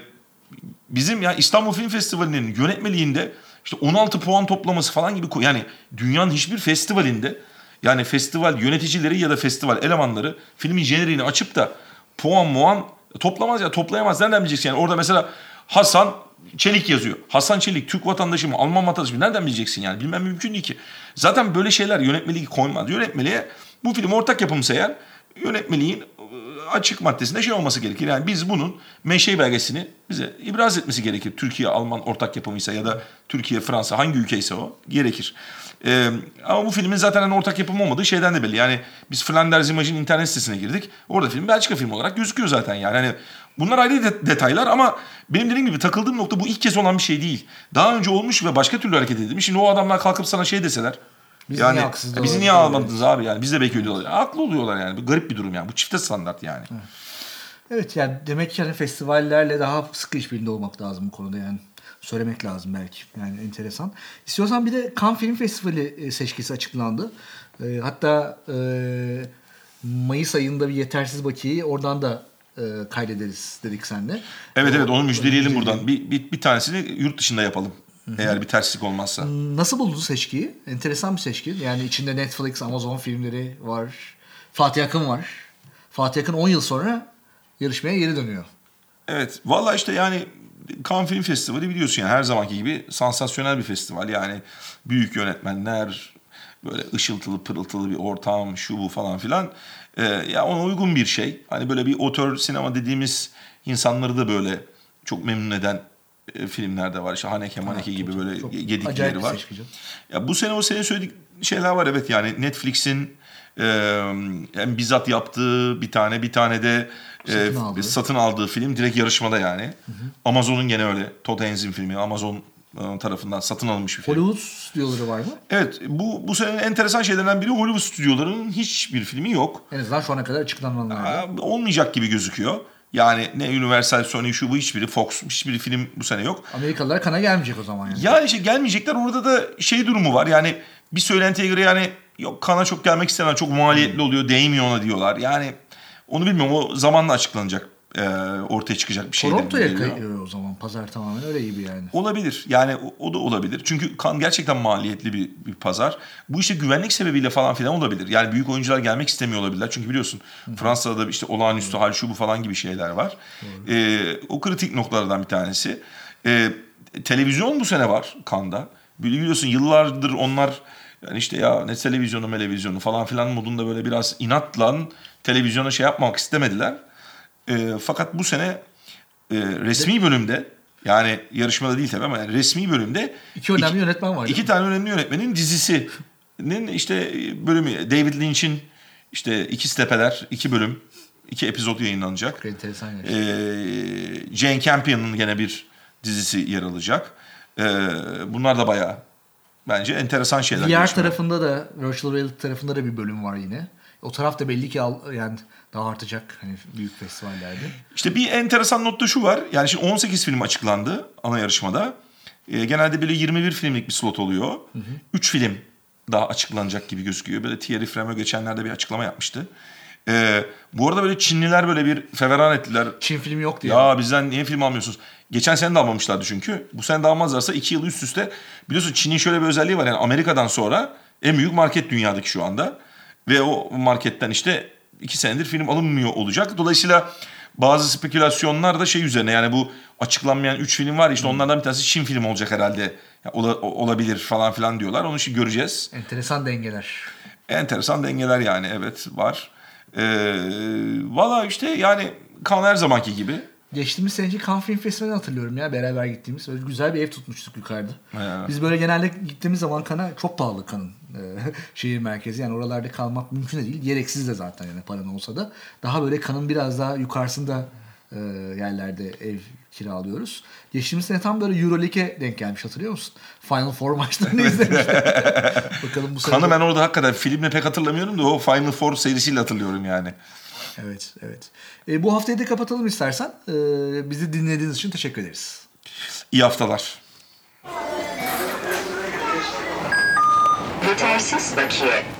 bizim ya İstanbul Film Festivali'nin yönetmeliğinde işte on altı puan toplaması falan gibi yani dünyanın hiçbir festivalinde yani festival yöneticileri ya da festival elemanları filmin jeneriğini açıp da puan muan toplamaz ya toplayamaz. Nereden bileceksin yani orada mesela Hasan Çelik yazıyor. Hasan Çelik Türk vatandaşı mı Alman vatandaşı mı nereden bileceksin yani bilmem mümkün değil ki. Zaten böyle şeyler yönetmeliği koymaz. Yönetmeliğe bu film ortak yapımsa eğer yönetmeliğin açık maddesinde şey olması gerekir. Yani biz bunun menşei belgesini bize ibraz etmesi gerekir. Türkiye-Alman ortak yapımıysa ya da Türkiye-Fransa hangi ülkeyse o gerekir. Ee, ama bu filmin zaten hani ortak yapım olmadığı şeyden de belli. Yani biz Flanders Image'in internet sitesine girdik. Orada film Belçika filmi olarak gözüküyor zaten yani. Hani bunlar ayrı de- detaylar ama benim dediğim gibi takıldığım nokta bu ilk kez olan bir şey değil. Daha önce olmuş ve başka türlü hareket edilmiş. Şimdi o adamlar kalkıp sana şey deseler. Biz yani niye haksız bizi oluyoruz? niye almadınız abi yani biz de belki öyle oluyor. Haklı oluyorlar yani. Bu garip bir durum yani. Bu çifte standart yani. Evet. Evet yani demek ki hani festivallerle daha sıkı işbirliğinde olmak lazım bu konuda yani. Söylemek lazım belki. Yani enteresan. İstiyorsan bir de Cannes Film Festivali seçkisi açıklandı. E, hatta e, Mayıs ayında bir yetersiz bakiyeyi oradan da e, kaydederiz dedik seninle. Evet o, evet onu müjdeleyelim müjdeleyelim. buradan. Bir, bir, bir tanesini yurt dışında yapalım. Hı-hı. Eğer bir terslik olmazsa. Nasıl buldunuz seçkiyi? Enteresan bir seçki. Yani içinde Netflix, Amazon filmleri var. Fatih Akın var. Fatih Akın on yıl sonra yarışmaya geri dönüyor. Evet. Valla işte yani Cannes Film Festivali biliyorsun yani her zamanki gibi sansasyonel bir festival. Yani büyük yönetmenler, böyle ışıltılı pırıltılı bir ortam, şu bu falan filan. Ee, ya ona uygun bir şey. Hani böyle bir otör sinema dediğimiz insanları da böyle çok memnun eden e, filmler de var. İşte Haneke Maneke gibi böyle çok gedikleri var. Seçkici. Ya bu sene o senin söylediğin şeyler var evet yani Netflix'in e, yani bizzat yaptığı bir tane bir tane de satın, e, aldığı. satın aldığı film direkt yarışmada yani. Hı hı. Amazon'un gene öyle. Todd Haynes'in filmi Amazon tarafından satın alınmış bir film. Hollywood stüdyoları var mı? Evet bu bu senenin enteresan şeylerinden biri Hollywood stüdyolarının hiçbir filmi yok. En azından şu ana kadar açıklananlar. Olmayacak gibi gözüküyor. Yani ne Universal, Sony, şu bu hiçbiri, Fox hiçbir film bu sene yok. Amerikalılar Cannes'a gelmeyecek o zaman yani. Yani işte gelmeyecekler. Orada da şey durumu var. Yani bir söylentiye göre yani yok Cannes'a çok gelmek istemem. Çok maliyetli oluyor. Değmiyor ona diyorlar. Yani onu bilmiyorum. O zamanla açıklanacak. E, ortaya çıkacak bir şey. Toronto'ya kayıyor o zaman. Pazar tamamen öyle gibi yani. Olabilir. Yani o, o da olabilir. Çünkü Cannes gerçekten maliyetli bir, bir pazar. Bu işte güvenlik sebebiyle falan filan olabilir. Yani büyük oyuncular gelmek istemiyor olabilirler. Çünkü biliyorsun Hı-hı. Fransa'da da işte olağanüstü hal şu bu falan gibi şeyler var. E, o kritik noktalardan bir tanesi. E, televizyon bu sene var Cannes'da. Biliyorsun yıllardır onlar yani işte ya ne televizyonu televizyonu falan filan modunda böyle biraz inatla televizyona şey yapmak istemediler. E, fakat bu sene e, resmi bölümde yani yarışmada değil tabii ama yani resmi bölümde iki önemli iki, yönetmen var. İki tane önemli yönetmenin dizisinin işte bölümü David Lynch'in işte İkiz Tepeler iki bölüm iki epizod yayınlanacak. Çok enteresan yani. E, Jane Campion'ın gene bir dizisi yer alacak. E, bunlar da bayağı bence enteresan şeyler. V R tarafında da Virtual Reality tarafında da bir bölüm var yine. O taraf da belli ki al, yani daha artacak hani büyük festivallerde. İşte bir enteresan not da şu var. Yani şimdi on sekiz film açıklandı ana yarışmada. E, genelde böyle yirmi bir filmlik bir slot oluyor. Hı hı. üç film daha açıklanacak gibi gözüküyor. Böyle Thierry Frémaux geçenlerde bir açıklama yapmıştı. E, bu arada böyle Çinliler böyle bir feveran ettiler. Çin filmi yok diye. Ya bizden niye film almıyorsunuz? Geçen sene de almamışlardı çünkü. Bu sene de almazlarsa iki yıl üst üste. Biliyorsun Çin'in şöyle bir özelliği var. Yani Amerika'dan sonra en büyük market dünyadaki şu anda. Ve o marketten işte iki senedir film alınmıyor olacak. Dolayısıyla bazı spekülasyonlar da şey üzerine yani bu açıklanmayan üç film var işte hmm. onlardan bir tanesi Çin filmi olacak herhalde. Yani ola, olabilir falan filan diyorlar. Onu şimdi göreceğiz. Enteresan dengeler. Enteresan dengeler yani evet var. Ee, Valla işte yani Cannes her zamanki gibi. Geçtiğimiz seneki Cannes Film Festivali'ni hatırlıyorum ya beraber gittiğimiz. Öyle güzel bir ev tutmuştuk yukarıda. He. Biz böyle genelde gittiğimiz zaman Cannes'a çok pahalı Cannes'ın e, şehir merkezi. Yani oralarda kalmak mümkün de değil. Gereksiz de zaten yani paran olsa da. Daha böyle Cannes'ın biraz daha yukarısında e, yerlerde ev kiralıyoruz. Geçtiğimiz sene tam böyle Euroleague'e denk gelmiş hatırlıyor musun? Final Four maçlarını izlemiştim. Bakalım bu sene. Cannes'ı ben orada hakikaten filmle pek hatırlamıyorum da o Final Four serisiyle hatırlıyorum yani. Evet, evet. E, bu haftayı da kapatalım istersen. E, bizi dinlediğiniz için teşekkür ederiz. İyi haftalar. Yetersiz bakiye.